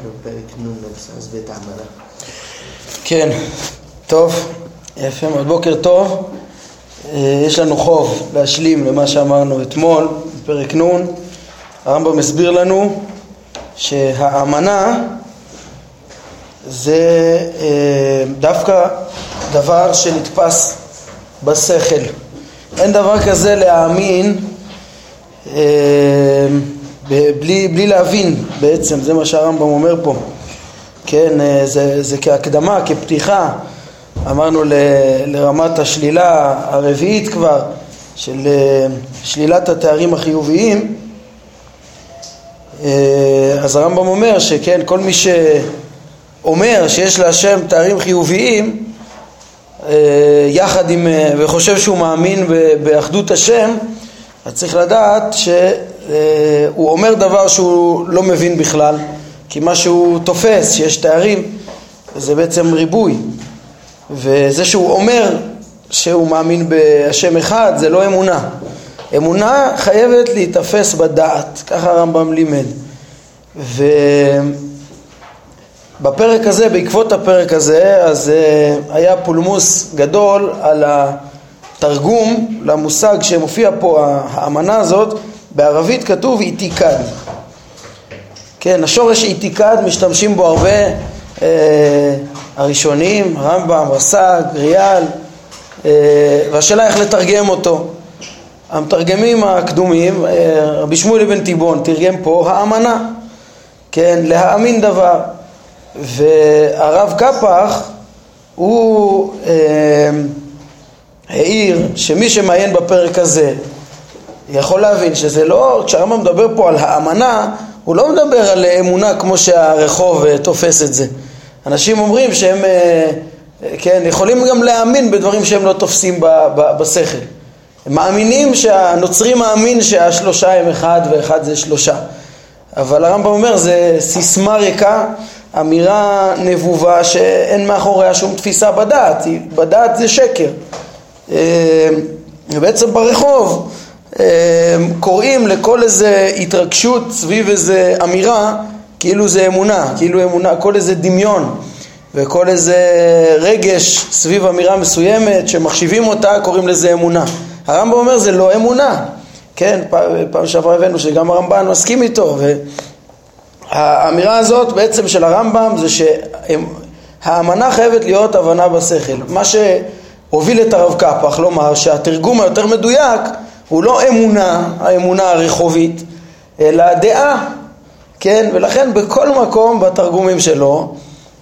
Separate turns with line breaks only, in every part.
בפרק נ' אז בית העמלה.
כן, טוב, יפה מאוד, בוקר טוב. יש לנו חוב להשלים למה שאמרנו אתמול בפרק נ'. הרמב"ם מסביר לנו שהאמנה זה דווקא דבר שנתפס בשכל. אין דבר כזה להאמין בלי להבין בעצם, זה מה שהרמב"ם אומר פה. כן, זה כהקדמה, כפתיחה, אמרנו לרמת השלילה הרביעית כבר, של שלילת התארים החיוביים. אז הרמב"ם אומר שכן, כל מי שאומר שיש להשם תארים חיוביים, יחד עם, וחושב שהוא מאמין באחדות השם, אז צריך לדעת שהוא אומר דבר שהוא לא מבין בכלל, כי מה שהוא תופס, שיש תארים, זה בעצם ריבוי. וזה שהוא אומר שהוא מאמין בהשם אחד, זה לא אמונה. אמונה חייבת להתאפס בדעת, ככה הרמב"ם לימד. ובפרק הזה, בעקבות הפרק הזה, אז היה פולמוס גדול על התרגום למושג שמופיע פה, האמנה הזאת, בערבית כתוב איתיקד. כן, השורש איתיקד משתמשים בו הרבה הראשונים, רמב"ם, רס"ג, ריאל, והשאלה איך לתרגם אותו. המתרגמים הקדומים, רבי שמואל בן תיבון תרגם פה האמנה, כן, להאמין דבר. והרב קפח הוא העיר שמי שמעיין בפרק הזה יכול להבין שזה לא, כשהרמב"ם מדבר פה על האמנה, הוא לא מדבר על אמונה כמו שהרחוב תופס את זה. אנשים אומרים שהם כן, יכולים גם להאמין בדברים שהם לא תופסים בשכל. הם מאמינים שהנוצרי מאמין שהשלושה הם אחד ואחד זה שלושה. אבל הרמב"ם אומר זה סיסמה ריקה, אמירה נבובה שאין מאחוריה שום תפיסה בדעת. בדעת זה שקר. ובעצם ברחוב קוראים לכל איזה התרגשות סביב איזה אמירה כאילו זה אמונה, כאילו אמונה, כל איזה דמיון וכל איזה רגש סביב אמירה מסוימת שמחשיבים אותה קוראים לזה אמונה. הרמב"ם אומר זה לא אמונה. כן, פעם שעברה הבאנו שגם הרמב"ן מסכים איתו, והאמירה הזאת בעצם של הרמב"ם זה שהאמנה חייבת להיות הבנה בשכל. מה שהוביל את הרב קפח לומר שהתרגום היותר מדויק הוא לא אמונה, האמונה הרחובית, אלא דעה. כן, ולכן בכל מקום בתרגומים שלו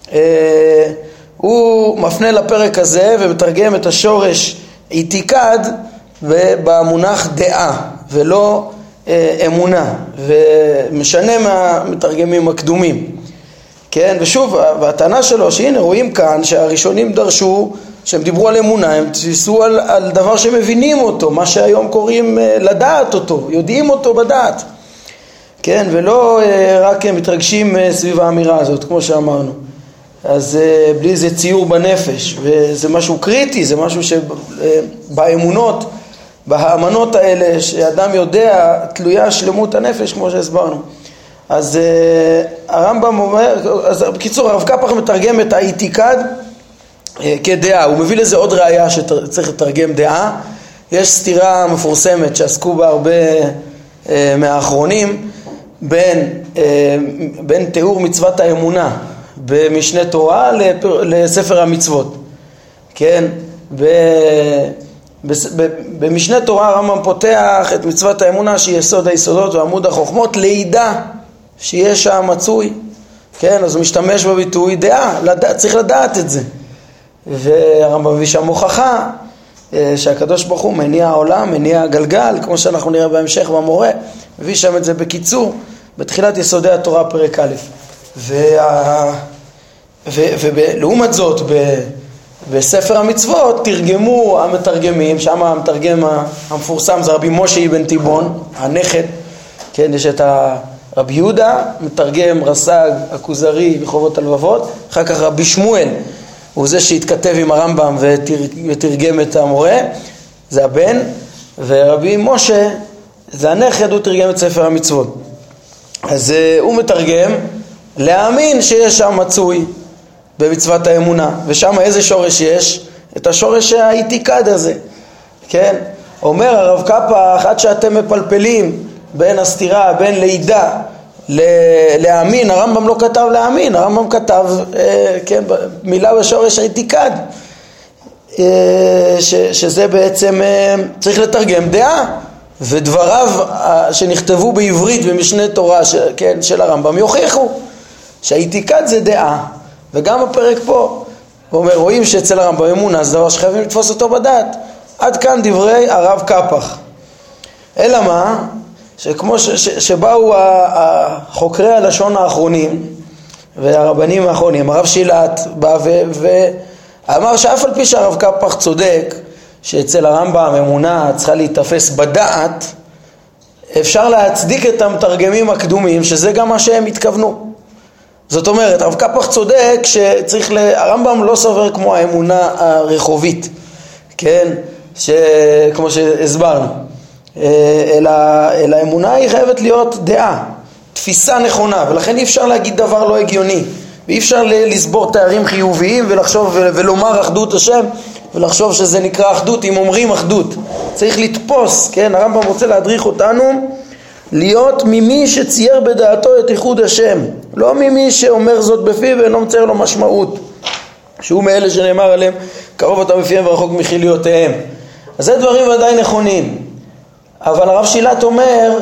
הוא מפנה לפרק הזה ומתרגם את השורש איתיקד במונח דעה ולא אמונה, ומשנה מהמתרגמים הקדומים. כן, ושוב, והטענה שלו שהנה רואים כאן שהראשונים דרשו, שהם דיברו על אמונה, הם תפיסו על דבר שמבינים אותו, מה שהיום קוראים לדעת אותו, יודעים אותו בדעת. כן, ולא רק מתרגשים סביב האמירה הזאת, כמו שאמרנו. אז בלי זה ציור בנפש, וזה משהו קריטי, זה משהו שבאמונות, בהאמנות האלה, שאדם יודע, תלויה שלמות הנפש, כמו שהסברנו. אז הרמב"ם אומר, אז בקיצור, הרב קפח מתרגם את האיתיקד כדעה, הוא מביא לזה עוד ראיה שצריך לתרגם דעה. יש סתירה מפורסמת שעסקו בה הרבה מהאחרונים, בין תיאור מצוות האמונה במשנה תורה לספר המצוות. כן, במשנה תורה הרמב"ם פותח את מצוות האמונה שהיא יסוד היסודות ועמוד החוכמות, לידע שיש שם מצוי. כן, אז הוא משתמש בביטוי דעה, צריך לדעת את זה. והרמב"ם מביא שם הוכחה שהקדוש ברוך הוא מניע העולם, מניע הגלגל, כמו שאנחנו נראה בהמשך במורה, מביא שם את זה בקיצור בתחילת יסודי התורה פרק א'. ולעומת זאת בספר המצוות תרגמו המתרגמים, שם המתרגם המפורסם זה רבי משה אבן תיבון, הנכד. כן, יש את רבי יהודה, מתרגם רס"ג הכוזרי לחובות הלבבות, אחר כך רבי שמואל הוא זה שהתכתב עם הרמב"ם ותרגם את המורה, זה הבן, ורבי משה זה הנכד, הוא תרגם את ספר המצוות. אז הוא מתרגם להאמין שיש שם מצוי במצוות האמונה. ושם איזה שורש יש? את השורש האיתיקד הזה, כן? אומר הרב קפח, עד שאתם מפלפלים בין הסתירה, בין לידה להאמין, הרמב"ם לא כתב להאמין, הרמב"ם כתב כן, מילה בשורש האיתיקד, שזה בעצם צריך לתרגם דעה, ודבריו שנכתבו בעברית במשנה תורה כן, של הרמב"ם יוכיחו שהאיתיקד זה דעה. וגם הפרק פה הוא אומר, רואים שאצל הרמב"ם אמונה זה דבר שחייבים לתפוס אותו בדעת. עד כאן דברי הרב קפח. אלא מה? שכמו שבאו חוקרי הלשון האחרונים והרבנים האחרונים, הרב שילת בא ואמר שאף על פי שהרב קפח צודק שאצל הרמב"ם אמונה צריכה להתאפס בדעת, אפשר להצדיק את המתרגמים הקדומים שזה גם מה שהם התכוונו. זאת אומרת, הרב קפח צודק שצריך הרמב"ם לא סובר כמו האמונה הרחובית, כן? כמו שהסברנו, אלא האמונה היא חייבת להיות דעה, תפיסה נכונה, ולכן אי אפשר להגיד דבר לא הגיוני, ואי אפשר לסבור תארים חיוביים ולחשוב ולומר אחדות השם ולחשוב שזה נקרא אחדות אם אומרים אחדות. צריך לתפוס, כן? הרמב"ם רוצה להדריך אותנו להיות ממי שצייר בדעתו את ייחוד השם, לא ממי שאומר זאת בפיו ואינו מצייר לו משמעות, שהוא מאלה שנאמר עליהם קרוב אותם בפיהם ורחוק מחיליותיהם. אז זה דברים ודאי נכונים, אבל הרב שילת אומר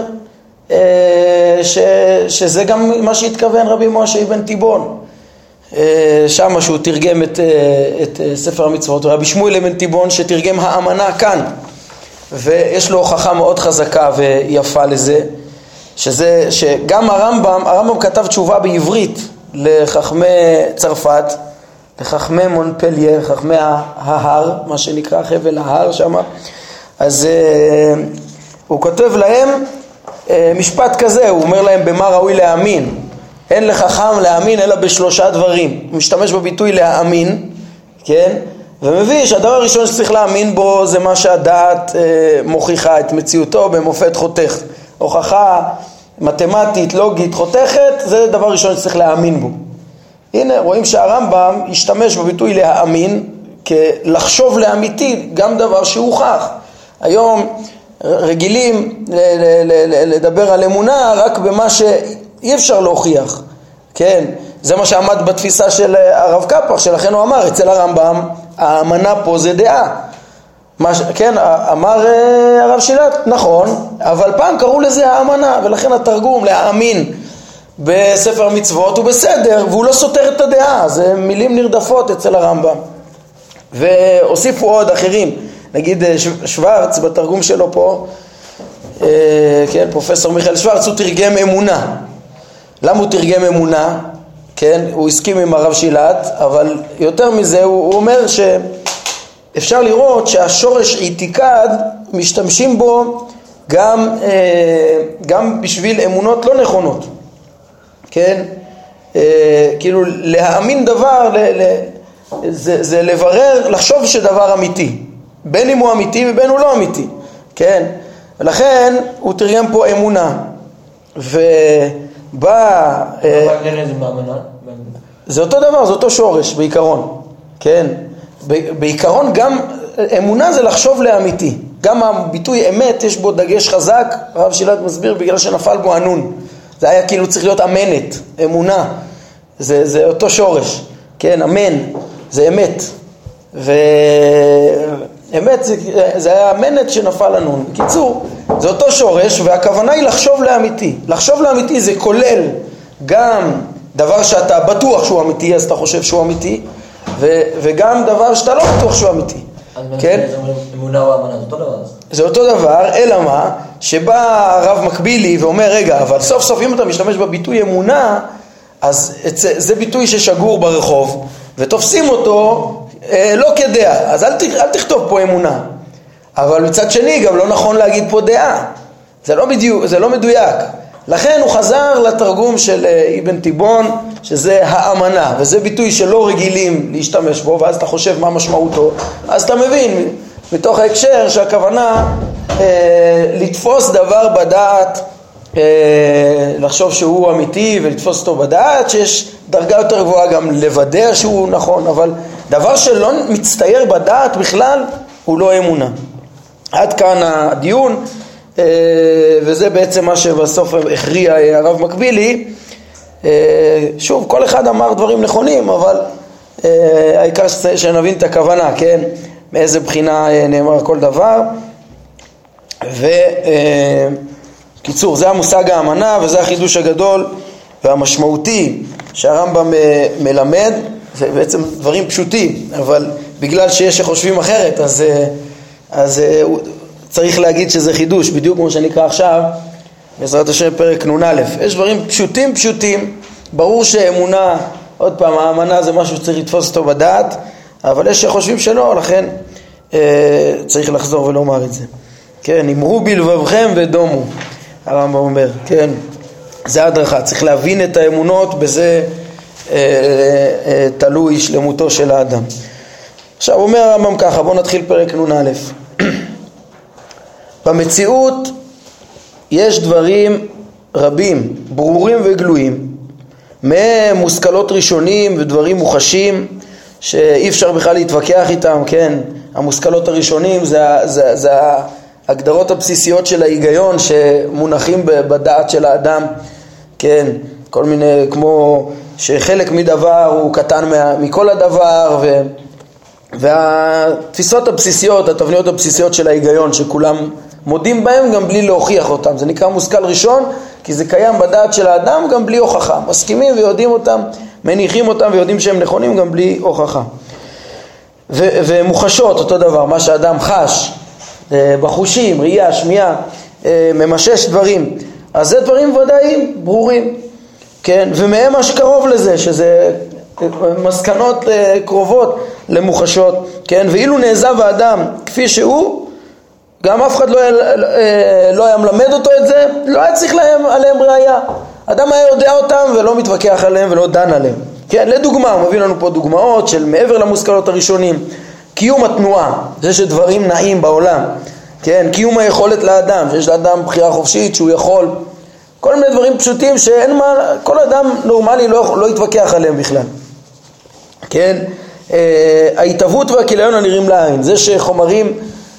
שזה גם מה שהתכוון רבי משה אבן תיבון, שם שהוא תרגם את ספר המצוות, רבי שמואל אבן תיבון שתרגם האמנה כאן, ויש לו הוכחה מאוד חזקה ויפה לזה, שגם הרמב"ם כתב תשובה בעברית לחכמי צרפת, לחכמי מונפלייר, חכמי ההר, מה שנקרא חבל ההר שם. אז הוא כותב להם משפט כזה, הוא אומר להם במה ראוי להאמין. אין לחכם להאמין אלא בשלושה דברים. הוא משתמש בביטוי להאמין, כן? ומביא שהדבר הראשון שצריך להאמין בו זה מה שהדעת מוכיחה את מציאותו במופת חותך. הוכחה מתמטית, לוגית, חותכת, זה דבר ראשון שצריך להאמין בו. הנה, רואים שהרמב"ם השתמש בביטוי להאמין כלחשוב לאמיתי, גם דבר שהוכח. היום רגילים לדבר על אמונה רק במה שאי אפשר להוכיח, כן? זה מה שעמד בתפיסה של הרב קפח, שלכן הוא אמר, אצל הרמב"ם האמנה פה זה דעה. כן, אמר הרב שילת, נכון, אבל פעם קראו לזה האמנה, ולכן התרגום להאמין בספר המצוות הוא בסדר, והוא לא סותר את הדעה, זה מילים נרדפות אצל הרמב"ם. והוסיפו עוד אחרים, נגיד שוורץ בתרגום שלו פה, כן, פרופסור מיכאל שוורץ, הוא תרגם אמונה. למה הוא תרגם אמונה? כן, הוא הסכים עם הרב שילת, אבל יותר מזה הוא אומר שאפשר לראות שהשורש איתיקד משתמשים בו גם בשביל אמונות לא נכונות, כן? כאילו להאמין דבר, זה לברר, לחשוב שדבר אמיתי, בין אם הוא אמיתי ובין הוא לא אמיתי, כן? ולכן הוא תרגם פה אמונה, זה אותו דבר, זה אותו שורש בעיקרון, כן? בעיקרון גם אמונה זה לחשוב לאמיתי, גם הביטוי אמת יש בו דגש חזק, הרב שילת מסביר בגלל שנפל בו הנון, זה היה כאילו צריך להיות אמנת, אמונה, זה אותו שורש, כן, אמן, זה אמת, ואמת זה היה אמנת שנפל הנון. בקיצור, זה אותו שורש, והכוונה היא לחשוב לאמיתי. לחשוב לאמיתי זה כולל גם דבר שאתה בטוח שהוא אמיתי, אז אתה חושב שהוא אמיתי, וגם דבר שאתה לא בטוח שהוא אמיתי. כן?
אמונה או אמנה, זה אותו דבר.
זה אותו דבר, אלא מה? שבא הרב מקבילי ואומר, רגע, אבל סוף סוף אם אתה משתמש בביטוי אמונה, אז זה ביטוי ששגור ברחוב, ותופסים אותו לא כדעה, אז אל תכתוב פה אמונה. אבל מצד שני גם לא נכון להגיד פה דעה, זה לא מדויק. לכן הוא חזר לתרגום של אבן תיבון, שזה האמנה, וזה ביטוי שלא רגילים להשתמש בו, ואז אתה חושב מה משמעותו, אז אתה מבין מתוך ההקשר שהכוונה לתפוס דבר בדעת לחשוב שהוא אמיתי ולתפוס אותו בדעת, שיש דרגה יותר גבוהה גם לוודא שהוא נכון, אבל דבר שלא מצטייר בדעת בכלל הוא לא אמונה. עד כאן הדיון, וזה בעצם מה שבסוף הכריע הרב מקבילי. שוב, כל אחד אמר דברים נכונים, אבל העיקר שנבין את הכוונה, כן? מאיזה בחינה נאמר כל דבר. וקיצור, זה המושג האמנה, וזה החידוש הגדול והמשמעותי שהרמב"ם מלמד. זה בעצם דברים פשוטים, אבל בגלל שיש שחושבים אחרת, אז צריך להגיד שזה חידוש, בדיוק כמו שנקרא עכשיו, בעזרת השם פרק נ"א. יש דברים פשוטים, ברור שאמונה, עוד פעם, האמנה זה משהו שצריך לתפוס אותו בדעת, אבל יש שחושבים שלא, לכן צריך לחזור ולומר את זה. כן, אמרו בלבבכם ודומו, הרמב"ם אומר, כן, זה הדרכה, צריך להבין את האמונות, בזה תלוי שלמותו של האדם. עכשיו אומר הרמב"ם ככה, בואו נתחיל פרק נ"א. במציאות יש דברים רבים, ברורים וגלויים, מהם מושכלות ראשונים ודברים מוחשים שאי אפשר בכלל להתווכח איתם, כן? המושכלות הראשונים זה ההגדרות הבסיסיות של ההיגיון שמונחים בדעת של האדם, כן? כל מיני, כמו שחלק מדבר הוא קטן מכל הדבר, והתפיסות הבסיסיות, התבניות הבסיסיות של ההיגיון שכולם מודים בהם גם בלי להוכיח אותם. זה נקרא מושכל ראשון, כי זה קיים בדעת של האדם גם בלי הוכחה. מסכימים ויודעים אותם, מניחים אותם ויודעים שהם נכונים גם בלי הוכחה. ומוחשות אותו דבר, מה שאדם חש, בחושים, ראייה, שמיעה, ממשש דברים. אז זה דברים ודאיים, ברורים. כן? ומהם מה שקרוב לזה, שזה מסקנות קרובות למוחשות. כן? ואילו נעזב האדם כפי שהוא, גם אף אחד לא היה מלמד אותו את זה, לא היה צריך עליהם ראייה. אדם היה יודע אותם ולא מתווכח עליהם ולא דן עליהם. כן, לדוגמה, הוא מביא לנו פה דוגמאות של מעבר למושכלות הראשונים. קיום התנועה, זה שדברים נעים בעולם. כן, קיום היכולת לאדם, שיש לאדם בחירה חופשית שהוא יכול. כל מיני דברים פשוטים שאין מה, כל אדם נורמלי לא יתווכח עליהם בכלל. כן, ההתהוות והכיליון הנראים לעין, זה שחומרים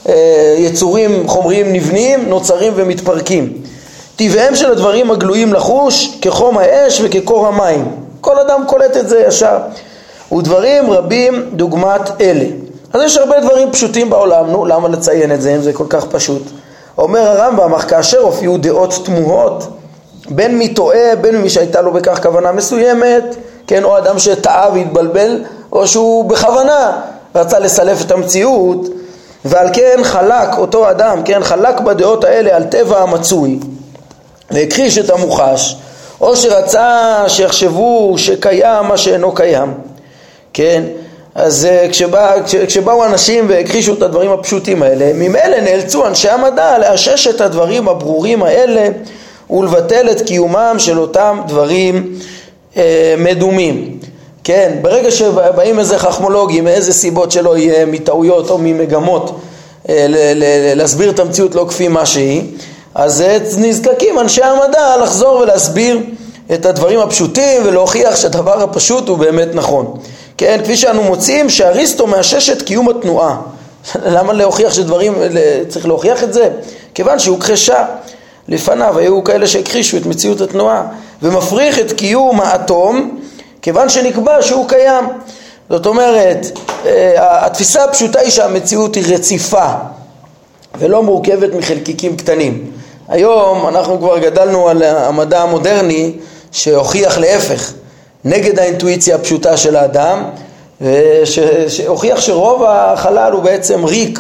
יצורים חומריים נבנים, נוצרים ומתפרקים. טבעיהם של הדברים הגלויים לחוש כחום האש וכקור המים. כל אדם קולט את זה ישר. ודברים רבים דוגמת אלה. אז יש הרבה דברים פשוטים בעולם, נו, למה לציין את זה אם זה כל כך פשוט? אומר הרמב"ם, אך כאשר הופיעו דעות תמוהות, בין מי טועה, בין מי שהייתה לו בכך כוונה מסוימת, כן, או אדם שטעה והתבלבל, או שהוא בכוונה רצה לסלף את המציאות, ועל כן חלק אותו אדם, כן, חלק בדעות האלה על טבע המצוי, והכחיש את המוחש, או שרצה שיחשבו שקיים מה שאינו קיים, כן, אז כשבאו אנשים והכחישו את הדברים הפשוטים האלה, ממילא נאלצו אנשי המדע לאשש את הדברים הברורים האלה, ולבטל את קיומם של אותם דברים מדומים. כן, ברגע שבאים איזה חכמולוגים, מאיזה סיבות שלא יהיה, מטעויות או ממגמות, להסביר את המציאות לא כפי מה שהיא, אז נזקקים אנשי המדע לחזור ולהסביר את הדברים הפשוטים ולהוכיח שהדבר הפשוט הוא באמת נכון. כן, כפי שאנו מוצאים שאריסטו מאשש את קיום התנועה. למה להוכיח שדברים, צריך להוכיח את זה? כיוון שהוא הכחשה. לפניו היו כאלה שהכחישו את מציאות התנועה, ומפריך את קיום האטום, כיוון שנקבע שהוא קיים. זאת אומרת, התפיסה הפשוטה היא שהמציאות היא רציפה, ולא מורכבת מחלקיקים קטנים. היום אנחנו כבר גדלנו על המדע המודרני, שהוכיח להפך, נגד האינטואיציה הפשוטה של האדם, שהוכיח שרוב החלל הוא בעצם ריק,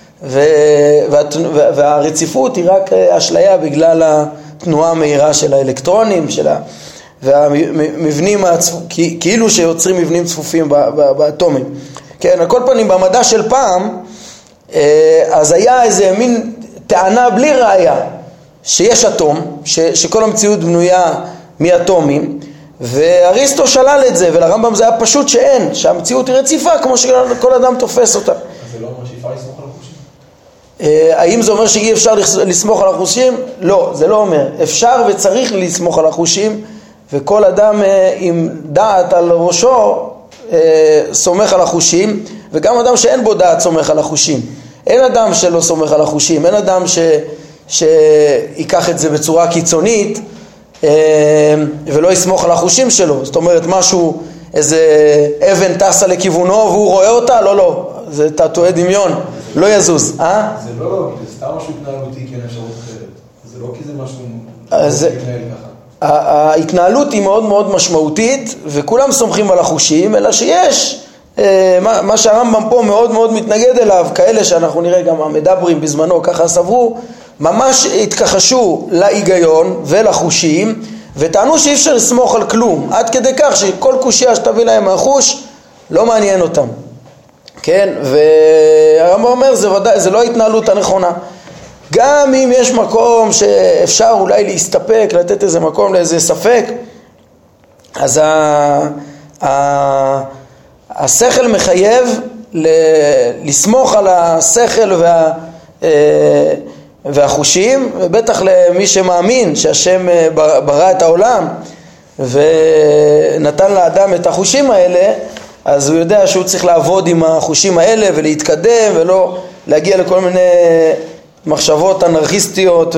והרציפות היא רק אשליה בגלל התנועה המהירה של האלקטרונים, והמבנים, כאילו שיוצרים מבנים צפופים באטומים. כן, על כל פנים במדע של פעם, אז היה איזה מין טענה בלי ראיה, שיש אטום, שכל המציאות בנויה מאטומים, ואריסטו שלל את זה, ולרמב"ם זה היה פשוט שאין, שהמציאות היא רציפה כמו שכל אדם תופס אותה.
אז זה לא אומר שאפשר לסמוך על החושים?
האם זה אומר שאי אפשר לסמוך על החושים? לא, זה לא אומר. אפשר וצריך לסמוך על החושים, וכל אדם עם דעת על ראשו סומך על החושים, וגם אדם שאין בו דעת סומך על החושים. אין אדם שלא סומך על החושים, אין אדם שיקח את זה בצורה קיצונית ולא יסמוך על החושים שלו. זאת אומרת, משהו, איזה אבן טסה לכיוונו והוא רואה אותה, לא, זה תעתועי דמיון, לא יזוז.
זה לא לוגי, זה סתם משהו התנהלותי, כי אין אפשרות אחרת. זה לא כי זה משהו מתנהל ככה.
ההתנהלות היא מאוד מאוד משמעותית, וכולם סומכים על החושים, אלא שיש מה שהרמב"ם פה מאוד מאוד מתנגד אליו, כאלה שאנחנו נראה גם המדברים בזמנו ככה סברו, ממש התכחשו להיגיון ולחושים, וטענו שאי אפשר לסמוך על כלום, עד כדי כך שכל קושיה שתביא להם מהחוש לא מעניין אותם. כן, והרמב"ם אומר זה לא ההתנהלות הנכונה. גם אם יש מקום שאפשר אולי להסתפק, לתת איזה מקום לאיזה ספק, אז השכל מחייב לסמוך על השכל והחושים, ובטח למי שמאמין שהשם ברא את העולם ונתן לאדם את החושים האלה, אז הוא יודע שהוא צריך לעבוד עם החושים האלה ולהתקדם ולא להגיע לכל מיני מחשבות אנרכיסטיות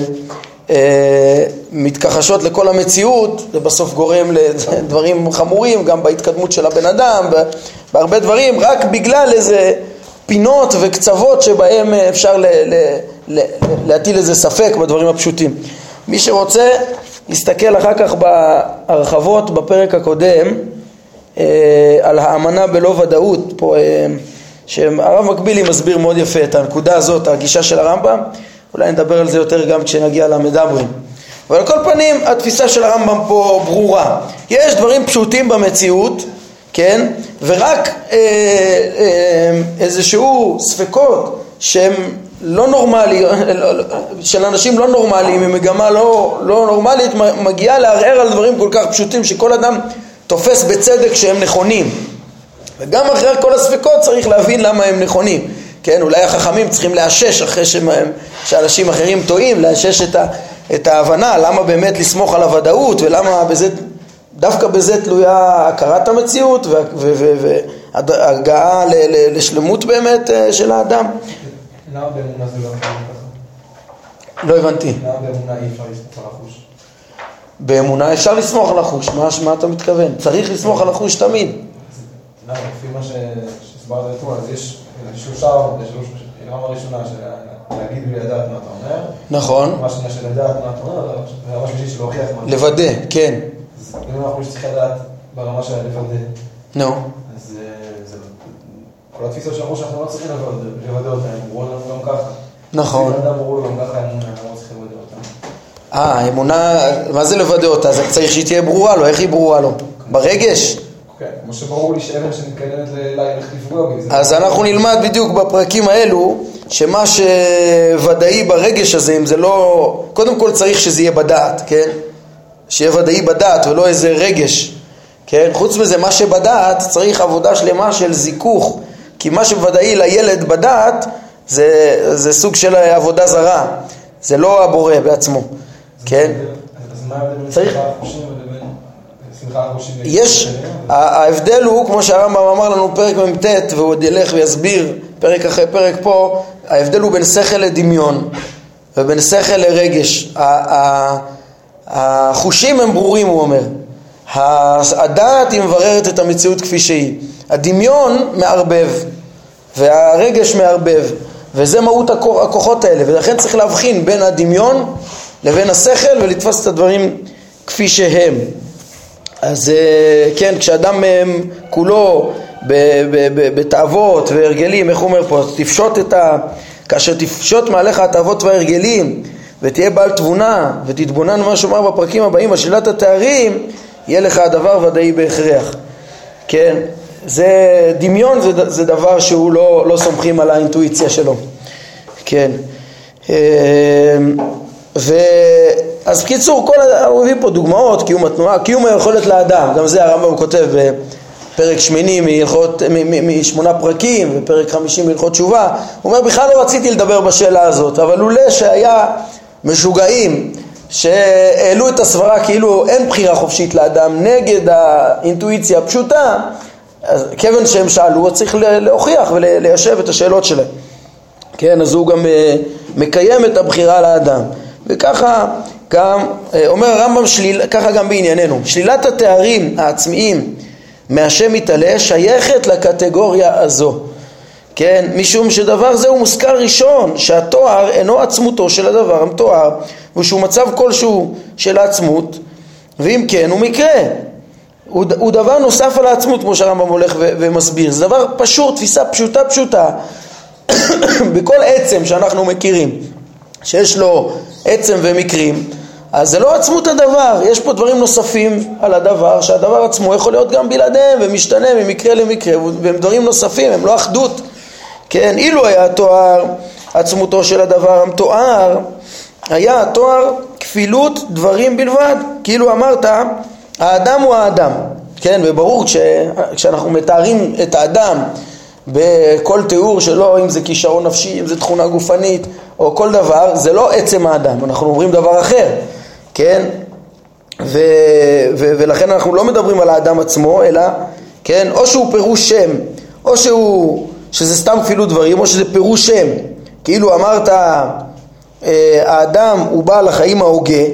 ומתכחשות לכל המציאות. זה בסוף גורם לדברים חמורים גם בהתקדמות של הבן אדם, בהרבה דברים, רק בגלל איזה פינות וקצוות שבהם אפשר להטיל איזה ספק בדברים הפשוטים. מי שרוצה יסתכל אחר כך בהרחבות בפרק הקודם על האמנה בלא ודאות, פה שהרב מקבילי מסביר מאוד יפה את הנקודה הזאת, הגישה של הרמב"ם. אולי נדבר על זה יותר גם כשנגיע למדברים. אבל על כל פנים התפיסה של הרמב"ם פה ברורה. יש דברים פשוטים במציאות, כן? ורק איזשהו ספקות שהם לא נורמליים, של אנשים לא נורמליים, עם מגמה לא נורמלית, מגיעה לערער על דברים כל כך פשוטים שכל אדם תופס בצדק שהם נכונים. וגם אחרי כל הספקות צריך להבין למה הם נכונים. כן, אולי החכמים צריכים לאשש אחרי שאנשים אחרים טועים, לאשש את ההבנה, למה באמת לסמוך על הוודאות, ולמה דווקא בזה תלויה הכרת המציאות והגעה לשלמות באמת של האדם.
למה באמונה זה לא יכול ככה?
לא הבנתי.
למה באמונה אי אפשר לסמוך על החוש?
באמונה אפשר לסמוך על החוש, מה אתה מתכוון? צריך לסמוך על החוש תמיד.
לפי מה שהסברת אתמול, אז יש שלושה רמה ראשונה של להגיד ולדעת מה אתה אומר.
נכון.
רמה שנייה של לדעת מה אתה אומר, ורמה שלישית של להוכיח מה אתה אומר.
לוודא, כן.
אז אם אנחנו צריכים לדעת ברמה של לוודא,
נו.
אז כל התפיסות שאמרו שאנחנו לא צריכים לוודא אותה, הם אמרו לנו גם ככה.
נכון.
אדם אמרו גם ככה אמונה, אנחנו לא צריכים לוודא אותה.
האמונה, מה זה לוודא אותה? זה צריך שהיא תהיה ברורה לו, איך היא ברורה לו? ברגש?
כן, כמו שברור לי שאבן שמתקדמת אליי איך לפגוע בי.
אז אנחנו נלמד בדיוק בפרקים האלו שמה שוודאי ברגש הזה, אם זה לא, קודם כל צריך שזה יהיה בדעת, כן? שיהיה ודאי בדעת ולא איזה רגש, כן? חוץ מזה, מה שבדעת צריך עבודה שלמה של זיכוך, כי מה שוודאי לילד בדעת זה סוג של עבודה זרה, זה לא הבורא בעצמו, כן?
אז מה ההבדל בין שמחה החושים ולבין שמחה החושים?
יש, ההבדל הוא, כמו שהרמב"ם אמר לנו פרק מ"ט, והוא עוד ילך ויסביר פרק אחרי פרק פה, ההבדל הוא בין שכל לדמיון ובין שכל לרגש. החושים הם ברורים, הוא אומר. הדעת היא מבררת את המציאות כפי שהיא. הדמיון מערבב והרגש מערבב, וזה מהות הכוחות האלה, ולכן צריך להבחין בין הדמיון לבין השכל ולתפוס את הדברים כפי שהם. אז כן, כשאדם כולו בתאוות והרגלים, איך הוא אומר פה, כאשר תפשוט מעליך התאוות והרגלים ותהיה בעל תבונה ותתבונן מה שאומר בפרקים הבאים על שלילת התארים, יהיה לך הדבר ודאי בהכרח. כן, זה דמיון, זה דבר שהוא לא סומכים על האינטואיציה שלו. כן. אז בקיצור, הוא מביא פה דוגמאות, קיום התנועה, קיום היכולת לאדם, גם זה הרמב"ם כותב פרק 8 משמונה פרקים ופרק 50 מלכות תשובה, הוא אומר בכלל לא רציתי לדבר בשאלה הזאת, אבל לולא שהיה משוגעים שהעלו את הסברה כאילו אין בחירה חופשית לאדם נגד האינטואיציה הפשוטה, אז כיוון שהם שאלו הוא צריך להוכיח וליישב את השאלות שלהם, כן, אז הוא גם מקיים את הבחירה לאדם. וככה גם אומר הרמב"ם, ככה גם בענייננו, שלילת התארים העצמיים מהשם מתעלה שייכת לקטגוריה הזו, כן, משום שדבר זה הוא מוזכר ראשון, שהתואר אינו עצמותו של הדבר המתואר, ושהוא מצב כלשהו של העצמות, ואם כן הוא מקרה, הוא דבר נוסף על העצמות, כמו שהרמב"ם הולך ומסביר. זה דבר פשוט, תפיסה פשוטה בכל עצם שאנחנו מכירים, שיש לו עצם ומקרים, אז זה לא עצמות הדבר, יש פה דברים נוספים על הדבר, שהדבר עצמו יכול להיות גם בלעדיהם ומשתנה ממקרה למקרה, והם דברים נוספים, הם לא אחדות, כן, אילו היה התואר עצמותו של הדבר המתואר, היה התואר כפילות דברים בלבד, כאילו אמרת האדם הוא האדם, כן, וברור כשאנחנו מתארים את האדם בכל תיאור שלו, אם זה כישרון נפשי, אם זה תכונה גופנית או כל דבר, זה לא עצם האדם, אנחנו אומרים דבר אחר, כן, ולכן אנחנו לא מדברים על האדם עצמו, אלא, כן, או שהוא פירוש שם, או שזה סתם כפילות דברים, או שזה פירוש שם, כאילו אמרת האדם הוא בעל החיים ההוגה,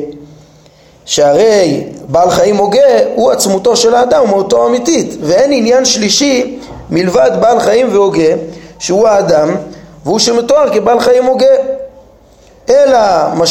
שהרי בעל חיים הוגה הוא עצמותו של האדם ומהותו האמיתית, ואין עניין שלישי מלבד בעל חיים והוגה שהוא האדם, והוא שמתואר כבעל חיים הוגה, אלא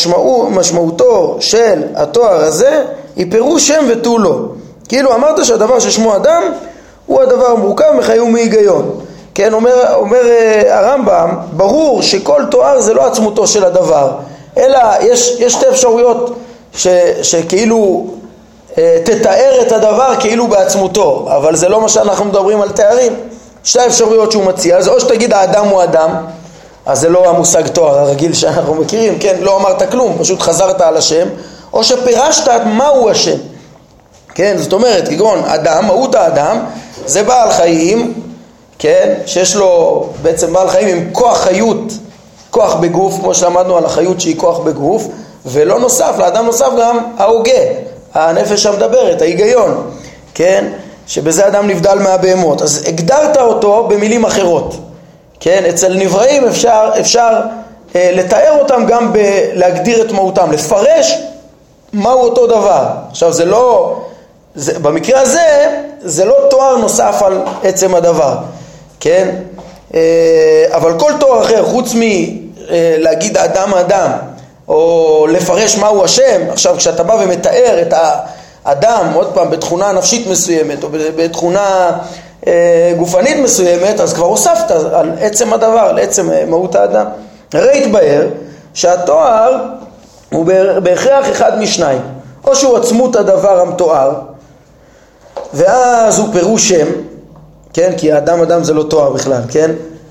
משמעותו של התואר הזה היא פירוש שם ותו לא. כאילו אמרת שהדבר ששמו אדם הוא הדבר מורכב מחיים ומהיגיון, כן, אומר הרמב"ם, ברור שכל תואר זה לא עצמותו של הדבר, אלא יש שתי אפשרויות שכאילו תתאר את הדבר כאילו בעצמותו, אבל זה לא מה שאנחנו מדברים על תארים. שתי אפשרויות שהוא מציע, אז או שתגיד האדם הוא אדם, אז זה לא המושג תואר הרגיל שאנחנו מכירים, כן, לא אמרת כלום, פשוט חזרת על השם, או שפירשת מהו השם, כן, זאת אומרת, כגון אדם, מהות האדם, זה בעל חיים, כן, שיש לו בעצם בעל חיים עם כוח חיות, כוח בגוף, כמו שלמדנו על החיות שהיא כוח בגוף, ולא נוסף, לאדם נוסף גם ההוגה, הנפש המדברת, ההיגיון, כן, שבזה אדם נבדל מהבהמות. אז הגדרת אותו במילים אחרות, כן, אצל נבראים אפשר לתאר אותם גם להגדיר את מהותם, לפרש מהו אותו דבר. עכשיו זה לא, במקרה הזה זה לא תואר נוסף על עצם הדבר, כן, אבל כל תואר אחר חוץ מלהגיד האדם האדם או לפרש מהו השם, עכשיו כשאתה בא ומתאר את האדם עוד פעם בתכונה נפשית מסוימת או בתכונה גופנית מסוימת, אז כבר הוספת על עצם הדבר, על עצם מהות האדם. הרי התבהר שהתואר הוא בהכרח אחד משניים, או שהוא עצמות הדבר המתואר ואז הוא פירוש שם, כן, כי האדם אדם זה לא תואר בכלל, כן,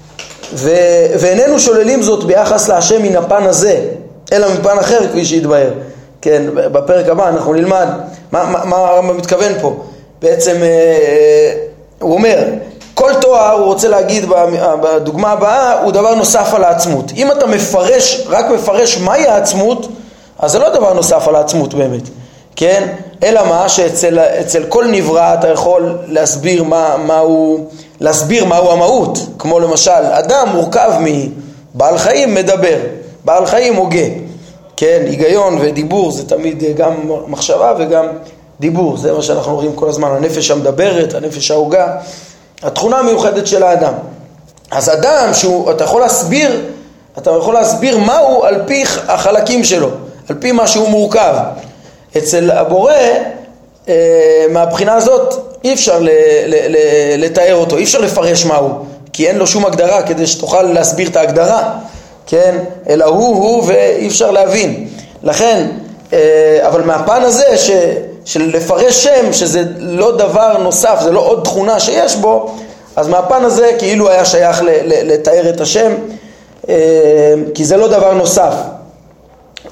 ואיננו שוללים זאת ביחס להשם מן הפן הזה אלא מפן אחר כפי שהתבהר, כן, בפרק הבא אנחנו נלמד מה הרמב"ם מתכוון פה. בעצם הוא אומר כל תואר, הוא רוצה להגיד בדוגמה הבאה, הוא דבר נוסף על העצמות. אם אתה רק מפרש מהי העצמות, אז זה לא דבר נוסף על העצמות באמת, כן, אלא מה שאצל כל נברא אתה יכול להסביר מהו המהות, כמו למשל אדם מורכב מבעל חיים מדבר, בעל חיים הוגה, כן, היגיון ודיבור זה תמיד גם מחשבה וגם דיבור, זה מה שאנחנו רואים כל הזמן, הנפש המדברת, הנפש ההוגה, התכונה המיוחדת של האדם. אז אדם אתה יכול להסביר מהו על פי החלקים שלו, על פי מה שהוא מורכב. אצל הבורא מהבחינה הזאת אי אפשר לתאר אותו, אי אפשר לפרש מהו, כי אין לו שום הגדרה כדי שתוכל להסביר את ההגדרה, כן, אלא הוא ואי אפשר להבין. לכן, אבל מהפן הזה של לפרש שם, שזה לא דבר נוסף, זה לא עוד תכונה שיש בו, אז מהפן הזה כאילו היה שייך לתאר את השם, כי זה לא דבר נוסף.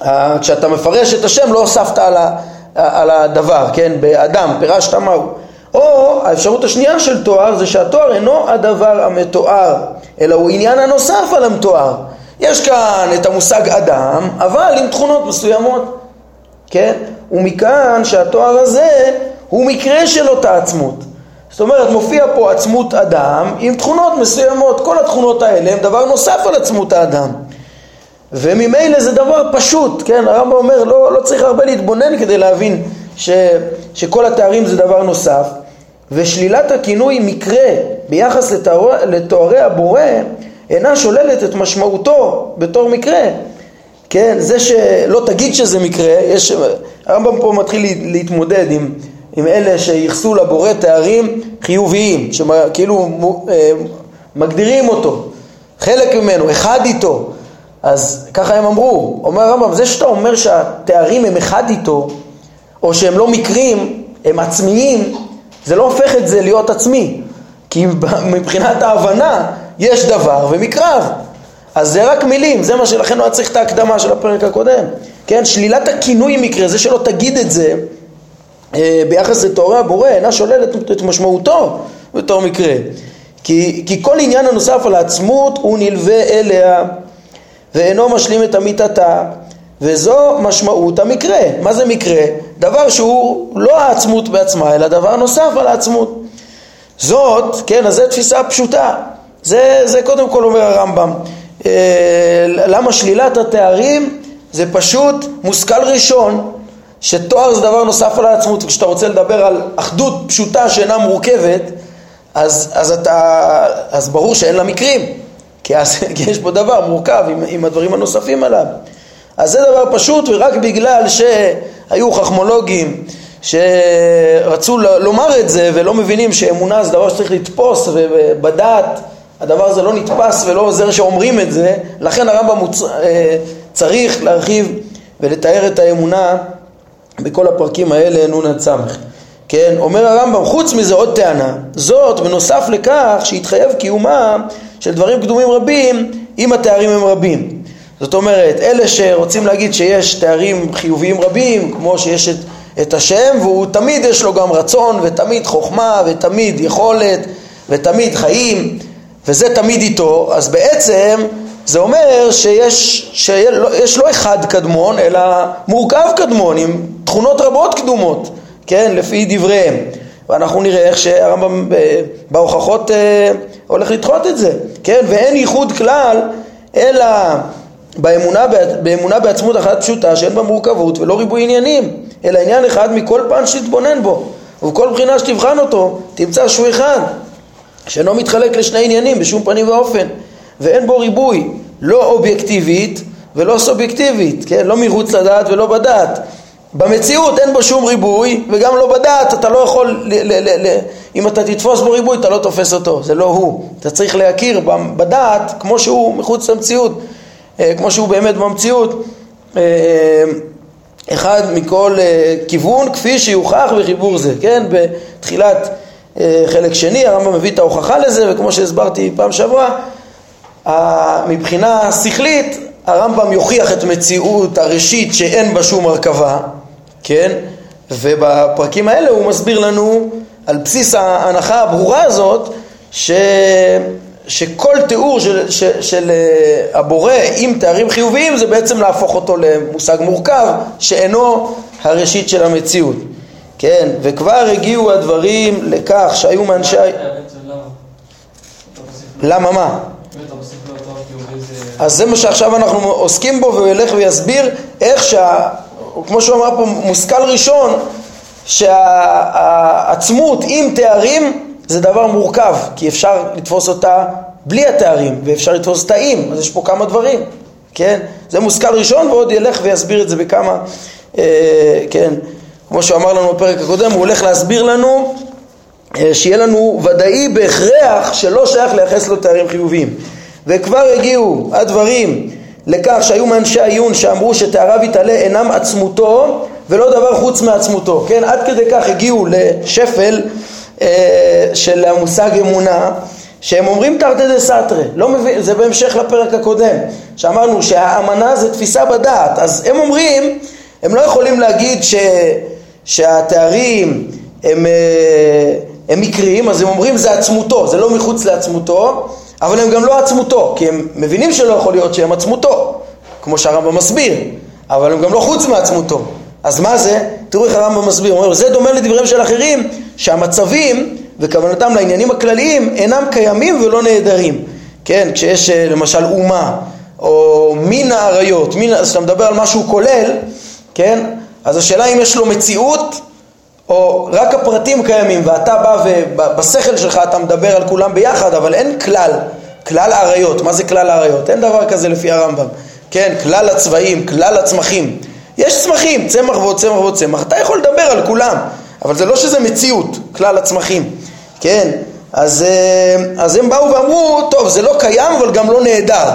כשאתה מפרש את השם לא הוספת על הדבר, כן, באדם, פירשת מהו. או האפשרות השנייה של תואר זה שהתואר אינו הדבר המתואר, אלא הוא עניין הנוסף על המתואר. יש כאן את המושג אדם, אבל עם תכונות מסוימות, כן? ומכאן שהתואר הזה הוא מקרה של אותה עצמות. זאת אומרת, מופיע פה עצמות אדם עם תכונות מסוימות. כל התכונות האלה הם דבר נוסף על עצמות האדם. וממילא זה דבר פשוט, כן? הרמב"ם אומר, לא צריך הרבה להתבונן כדי להבין שכל התארים זה דבר נוסף. ושלילת הכינוי מקרה ביחס לתוארי הבורא אינה שוללת את משמעותו בתור מקרה. כן? זה שלא תגיד שזה מקרה, הרמב"ם פה מתחיל להתמודד עם אלה שיחסו לבורא תארים חיוביים, שכאילו מגדירים אותו, חלק ממנו, אחד איתו. אז ככה הם אמרו, אומר הרמב"ם, זה שאתה אומר שהתארים הם אחד איתו, או שהם לא מקרים, הם עצמיים, זה לא הופך את זה להיות עצמי. כי מבחינת ההבנה יש דבר ומקרב. אז זה רק מילים, זה מה שלכן לא צריך את ההקדמה של הפרק הקודם. כן, שלילת הכינוי מקרה, זה שלא תגיד את זה, ביחס לתוארי הבורא, אינה שוללת את משמעותו בתור מקרה. כי כל עניין הנוסף על העצמות הוא נלווה אליה, ואינו משלים את אמיתתה, וזו משמעות המקרה. מה זה מקרה? דבר שהוא לא העצמות בעצמה, אלא דבר נוסף על העצמות. זאת, כן, אז זו תפיסה פשוטה. זה קודם כל אומר הרמב"ם. למה שלילת התארים? זה פשוט מושכל ראשון, שתואר זה דבר נוסף על העצמות. וכשאתה רוצה לדבר על אחדות פשוטה שאינה מורכבת, אז ברור שאין לה מקרים. כי יש פה דבר מורכב עם הדברים הנוספים עליו. אז זה דבר פשוט, ורק בגלל שהיו חכמולוגים שרצו לומר את זה ולא מבינים שאמונה זה דבר שצריך לתפוס, ובדעת הדבר הזה לא נתפס ולא עוזר שאומרים את זה, לכן הרמב"ם צריך להרחיב ולתאר את האמונה בכל הפרקים האלה נון עד סמך. כן, אומר הרמב"ם, חוץ מזה עוד טענה, זאת בנוסף לכך שהתחייב קיומה של דברים קדומים רבים אם התארים הם רבים. זאת אומרת, אלה שרוצים להגיד שיש תארים חיוביים רבים, כמו שיש את השם, והוא תמיד יש לו גם רצון ותמיד חוכמה ותמיד יכולת ותמיד חיים, וזה תמיד איתו, אז בעצם זה אומר שיש לא אחד קדמון, אלא מורכב קדמון עם תכונות רבות קדומות, כן, לפי דבריהם. ואנחנו נראה איך שהרמב"ם בהוכחות הולך לדחות את זה, כן, ואין ייחוד כלל אלא באמונה בעצמות אחת פשוטה שאין בה מורכבות ולא ריבוי עניינים, אלא עניין אחד מכל פן שתתבונן בו, ובכל בחינה שתבחן אותו תמצא שהוא אחד שאינו מתחלק לשני עניינים בשום פנים ואופן, ואין בו ריבוי לא אובייקטיבית ולא סובייקטיבית, כן? לא מחוץ לדעת ולא בדעת. במציאות אין בו שום ריבוי, וגם לא בדעת. אתה לא יכול, אם אתה תתפוס בו ריבוי אתה לא תופס אותו, זה לא הוא. אתה צריך להכיר בדעת כמו שהוא מחוץ למציאות, כמו שהוא באמת במציאות, אחד מכל כיוון כפי שיוכח בחיבור זה, כן? בתחילת חלק שני הרמב"ם מביא את ההוכחה לזה, וכמו שהסברתי פעם שעברה, מבחינה שכלית הרמב"ם יוכיח את מציאות הראשית שאין בה שום הרכבה, כן? ובפרקים האלה הוא מסביר לנו על בסיס ההנחה הברורה הזאת שכל תיאור של הבורא עם תארים חיוביים זה בעצם להפוך אותו למושג מורכב שאינו הראשית של המציאות, כן? וכבר הגיעו הדברים לכך שהיו מאנשי... למה מה? אז זה מה שעכשיו אנחנו עוסקים בו, והוא ילך ויסביר איך כמו שהוא אמר פה, מושכל ראשון שהעצמות עם תארים זה דבר מורכב, כי אפשר לתפוס אותה בלי התארים ואפשר לתפוס אותה עם, אז יש פה כמה דברים, כן? זה מושכל ראשון, ועוד ילך ויסביר את זה בכמה, כן, כמו שהוא אמר לנו בפרק הקודם, הוא הולך להסביר לנו שיהיה לנו ודאי בהכרח שלא שייך לייחס לו תארים חיוביים. וכבר הגיעו הדברים לכך שהיו מאנשי העיון שאמרו שתאריו יתעלה אינם עצמותו ולא דבר חוץ מעצמותו, כן? עד כדי כך הגיעו לשפל של המושג אמונה, שהם אומרים תרתי דסתרי, לא מבין, זה בהמשך לפרק הקודם שאמרנו שהאמנה זה תפיסה בדעת. אז הם אומרים, הם לא יכולים להגיד שהתארים הם הם מקריים, אז הם אומרים זה עצמותו, זה לא מחוץ לעצמותו, אבל הם גם לא עצמותו, כי הם מבינים שלא יכול להיות שהם עצמותו, כמו שהרמב"ם מסביר, אבל הם גם לא חוץ מעצמותו. אז מה זה? תראו איך הרמב"ם מסביר, הוא אומר, זה דומה לדבריהם של אחרים, שהמצבים וכוונתם לעניינים הכלליים אינם קיימים ולא נהדרים. כן, כשיש למשל אומה, או מין העריות, אז כשאתה מדבר על משהו כולל, כן, אז השאלה אם יש לו מציאות, או רק הפרטים קיימים, ואתה בא ובשכל שלך אתה מדבר על כולם ביחד, אבל אין כלל העריות. מה זה כלל העריות? אין דבר כזה לפי הרמב"ם. כן, כלל הצבעים, כלל הצמחים. יש צמחים, צמח ועוד צמח ועוד צמח. אתה יכול לדבר על כולם, אבל זה לא שזה מציאות, כלל הצמחים. כן, אז הם באו ואמרו, טוב, זה לא קיים, אבל גם לא נהדר.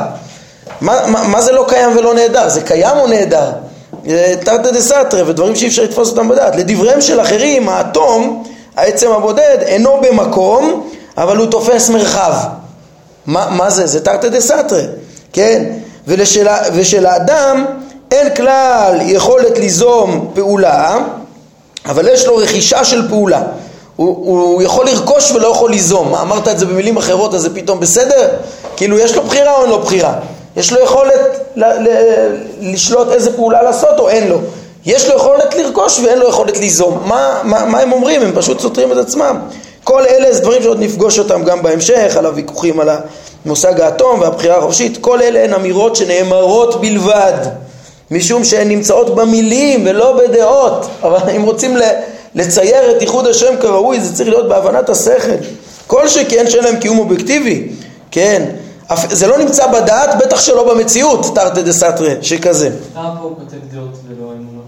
מה זה לא קיים ולא נהדר? זה קיים או נהדר? תרתי דסתרי, ודברים שאי אפשר לתפוס אותם בדעת. לדבריהם של אחרים, האטום, העצם הבודד, אינו במקום, אבל הוא תופס מרחב. מה זה? זה תרתי דסתרי. כן? ושל האדם אין כלל יכולת ליזום פעולה, אבל יש לו רכישה של פעולה. הוא יכול לרכוש ולא יכול ליזום. אמרת את זה במילים אחרות, אז זה פתאום בסדר? כאילו יש לו בחירה או אין לו בחירה? יש לו יכולת לשלוט איזה פעולה לעשות או אין לו? יש לו יכולת לרכוש ואין לו יכולת ליזום. מה הם אומרים? הם פשוט סותרים את עצמם. כל אלה זה דברים שעוד נפגוש אותם גם בהמשך, על הוויכוחים על המושג האטום והבחירה החופשית. כל אלה הן אמירות שנאמרות בלבד, משום שהן נמצאות במילים ולא בדעות. אבל אם רוצים לצייר את ייחוד השם כראוי, זה צריך להיות בהבנת השכל. כל שכן שאין להם קיום אובייקטיבי, כן, זה לא נמצא בדעת, בטח שלא במציאות, תרתי דסתרי, שכזה.
למה פה הוא כותב דעות ולא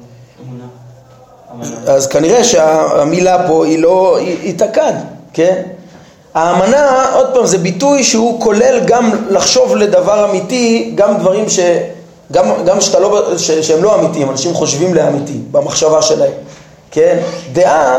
אמונה?
אז כנראה שהמילה פה היא לא, היא תקד, כן? האמנה, עוד פעם, זה ביטוי שהוא כולל גם לחשוב לדבר אמיתי, גם דברים גם שהם לא אמיתיים, אנשים חושבים לאמיתי, במחשבה שלהם. כן? דעה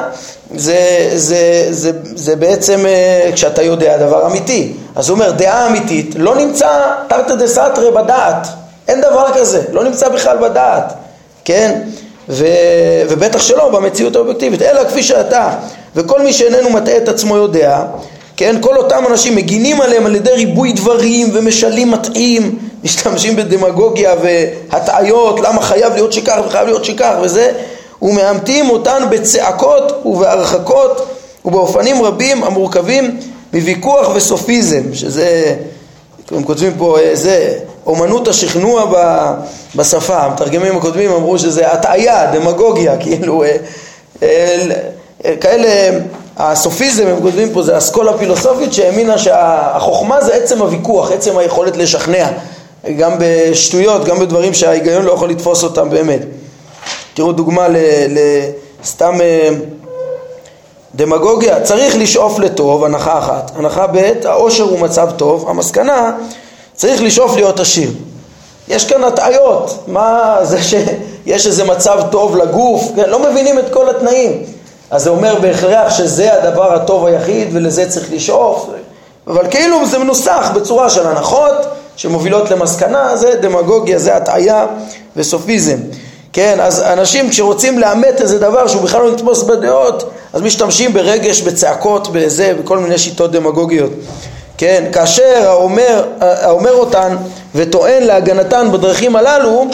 זה בעצם כשאתה יודע דבר אמיתי. אז הוא אומר, דעה אמיתית לא נמצא תרתי דסתרי בדעת. אין דבר כזה, לא נמצא בכלל בדעת. כן? ובטח שלא במציאות האובייקטיבית, אלא כפי שאתה וכל מי שאיננו מטעה את עצמו יודע, כן? כל אותם אנשים מגינים עליהם על ידי ריבוי דברים ומשלים מטעים, משתמשים בדמגוגיה והטעיות, למה חייב להיות שכך וחייב להיות שכך וזה, ומאמתים אותן בצעקות ובהרחקות ובאופנים רבים המורכבים מוויכוח וסופיזם, שזה, הם כותבים פה, זה אומנות השכנוע בשפה. המתרגמים הקודמים אמרו שזה הטעיה, דמגוגיה, כאילו כאלה, הסופיזם, הם כותבים פה, זה אסכולה פילוסופית שהאמינה שהחוכמה זה עצם הוויכוח, עצם היכולת לשכנע, גם בשטויות, גם בדברים שההיגיון לא יכול לתפוס אותם באמת. תראו דוגמה לסתם דמגוגיה. צריך לשאוף לטוב, הנחה אחת. הנחה ב', העושר הוא מצב טוב. המסקנה, צריך לשאוף להיות עשיר. יש כאן הטעיות. מה זה שיש איזה מצב טוב לגוף? כן, לא מבינים את כל התנאים. אז זה אומר בהכרח שזה הדבר הטוב היחיד ולזה צריך לשאוף. אבל כאילו זה מנוסח בצורה של הנחות שמובילות למסקנה. זה דמגוגיה, זה הטעיה וסופיזם. כן, אז אנשים כשרוצים לאמת איזה דבר שהוא בכלל לא נתפוס בדעות, אז משתמשים ברגש, בצעקות, בזה, בכל מיני שיטות דמגוגיות. כן, כאשר האומר אותן וטוען להגנתן בדרכים הללו,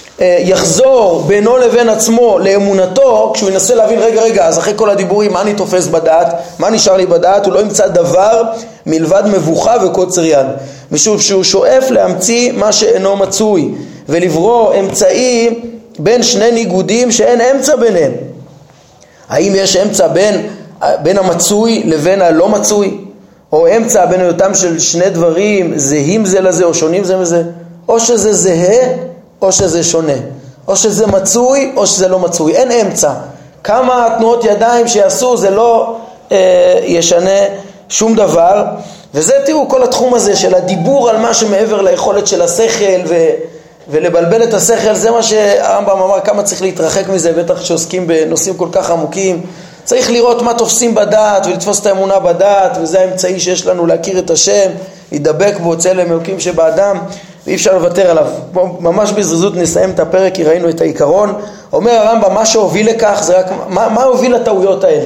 יחזור בינו לבין עצמו לאמונתו, כשהוא ינסה להבין, רגע, אז אחרי כל הדיבורים, מה אני תופס בדעת? מה נשאר לי בדעת? הוא לא ימצא דבר מלבד מבוכה וקוצר יד. משום שהוא שואף להמציא מה שאינו מצוי, ולברוא אמצעי בין שני ניגודים שאין אמצע ביניהם. האם יש אמצע בין המצוי לבין הלא מצוי? או אמצע בין אותם של שני דברים זהים זה לזה או שונים זה מזה? או שזה זהה או שזה שונה. או שזה מצוי או שזה לא מצוי. אין אמצע. כמה תנועות ידיים שיעשו זה לא ישנה שום דבר. וזה תראו כל התחום הזה של הדיבור על מה שמעבר ליכולת של השכל ולבלבל את השכל, זה מה שהרמב"ם אמר, כמה צריך להתרחק מזה, בטח שעוסקים בנושאים כל כך עמוקים. צריך לראות מה תופסים בדעת ולתפוס את האמונה בדעת, וזה האמצעי שיש לנו להכיר את השם, להידבק בו צלם אלוקים שבאדם, ואי אפשר לוותר עליו. ממש בזריזות נסיים את הפרק, כי ראינו את העיקרון. אומר הרמב"ם, מה שהוביל לכך זה רק, מה הוביל לטעויות האלה?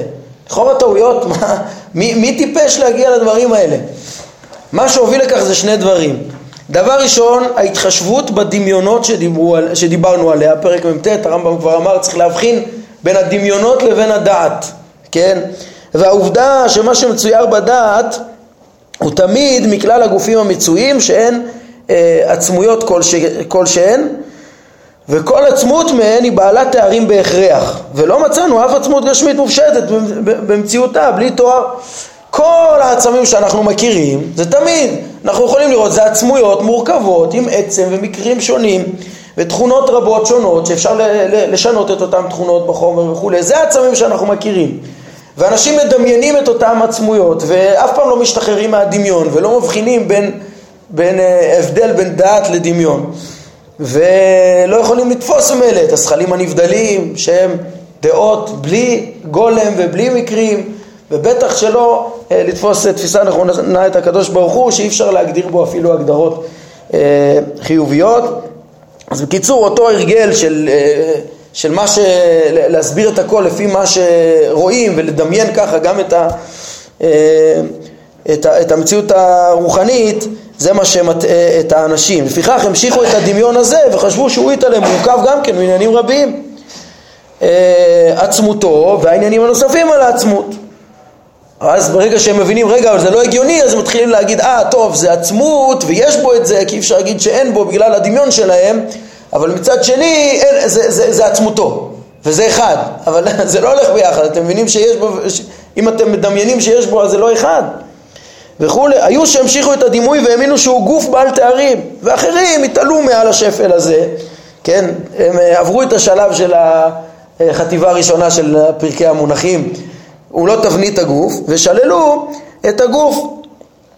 לכאורה טעויות, מי טיפש להגיע לדברים האלה? מה שהוביל לכך זה שני דברים. דבר ראשון, ההתחשבות בדמיונות שדיברנו עליה, פרק מ"ט, הרמב"ם כבר אמר, צריך להבחין בין הדמיונות לבין הדעת, כן? והעובדה שמה שמצויר בדעת הוא תמיד מכלל הגופים המצויים שהן עצמויות כלשהן, וכל עצמות מהן היא בעלת תארים בהכרח, ולא מצאנו אף עצמות גשמית מופשטת במציאותה בלי תואר. כל העצמים שאנחנו מכירים זה תמיד, אנחנו יכולים לראות, זה עצמויות מורכבות עם עצם ומקרים שונים ותכונות רבות שונות שאפשר לשנות את אותן תכונות בחומר וכו'. זה העצמים שאנחנו מכירים, ואנשים מדמיינים את אותם עצמויות ואף פעם לא משתחררים מהדמיון ולא מבחינים בין הבדל בין דעת לדמיון, ולא יכולים לתפוס ממילא את השכלים הנבדלים שהם דעות בלי גולם ובלי מקרים, ובטח שלא לתפוס תפיסה נכונה את הקדוש ברוך הוא שאי אפשר להגדיר בו אפילו הגדרות חיוביות. אז בקיצור, אותו הרגל של מה להסביר את הכל לפי מה שרואים ולדמיין ככה גם את המציאות הרוחנית, זה מה שמטעה את האנשים. לפיכך המשיכו את הדמיון הזה וחשבו שהוא יתעלם, מורכב גם כן מעניינים רבים, עצמותו והעניינים הנוספים על העצמות. אז ברגע שהם מבינים, רגע, אבל זה לא הגיוני, אז הם מתחילים להגיד, טוב, זה עצמות ויש בו את זה, כי אפשר להגיד שאין בו בגלל הדמיון שלהם, אבל מצד שני, זה עצמותו, וזה אחד, אבל זה לא הולך ביחד. אתם מבינים שיש בו, אם אתם מדמיינים שיש בו, אז זה לא אחד. וכולי, היו שהמשיכו את הדימוי והאמינו שהוא גוף בעל תארים, ואחרים התעלו מעל השפל הזה, כן? הם עברו את השלב של החטיבה הראשונה של פרקי המונחים, הוא לא תבנית הגוף, ושללו את הגוף